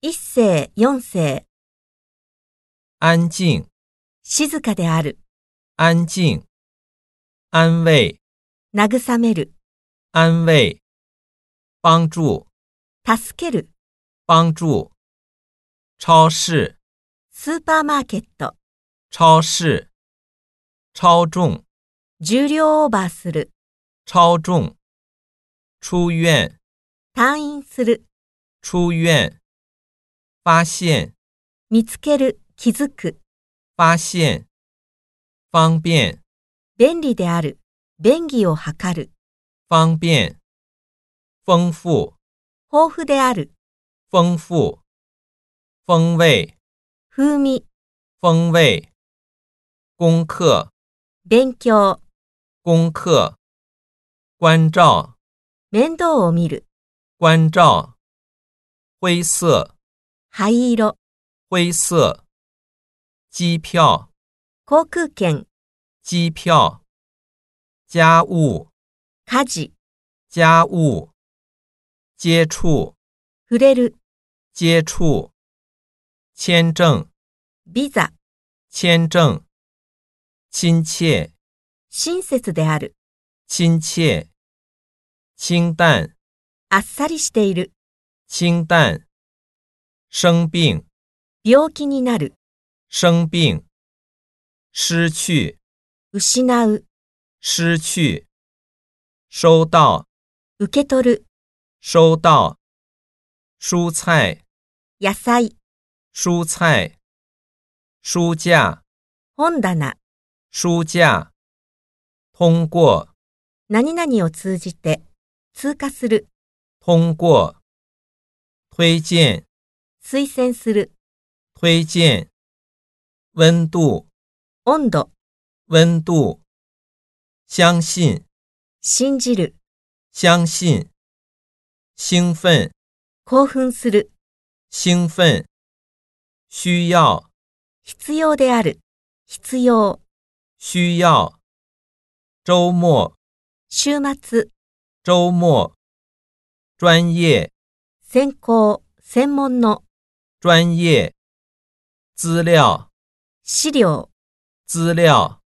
一世、四世。 安静、 静かである。 安静、安慰、 慰める。 安慰、帮助、 助ける。 帮助。超市、 スーパーマーケット。 超市。超重、 重量オーバーする。 超重。出院、 退院する。 出院。发现、 見つける。気づく。 发现。方便、 便利である。便宜を図る。 方便。丰富、 豊富である。 丰富。风味、 風味。 风味。功课、 勉強。 功課。关照、 面倒を見る。 关照。灰色、 灰色。 灰色。机票、 航空券。 机票。家务、 家事。 家务。接触、 触れる。 接触。签证、 ビザ。 签证。亲切、 親切である。 亲切。清淡、 あっさりしている。 清淡。生病、 病気になる。 生病。失去、 失う。 失去。收到、 受け取る。 收到。蔬菜、 野菜。 蔬菜。书架、 本棚。 书架。通过、 何々を通じて。通過する。 通过。推荐、 推薦する。 推荐。温度、 温度。 温度。相信、 信じる。 相信。兴奋、 興奮する。 兴奋。需要、 必要である。必要。 需要。周末、 週末。 周末。专业、 専攻。専門の。 专业。资料、 資料。 资料。